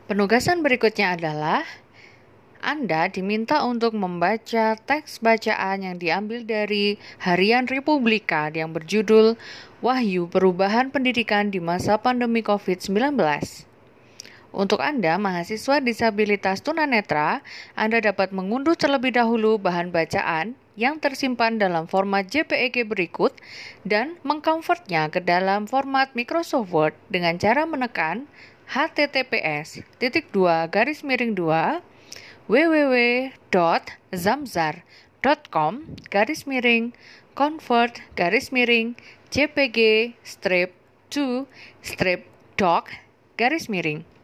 Penugasan berikutnya adalah Anda diminta untuk membaca teks bacaan yang diambil dari Harian Republika yang berjudul Wahyu Perubahan Pendidikan di Masa Pandemi COVID-19. Untuk Anda, mahasiswa disabilitas tunanetra, Anda dapat mengunduh terlebih dahulu bahan bacaan yang tersimpan dalam format JPEG berikut dan mengkonvertnya ke dalam format Microsoft Word dengan cara menekan https://2 www.zamzar.com/convert/jpg strip to strip doc.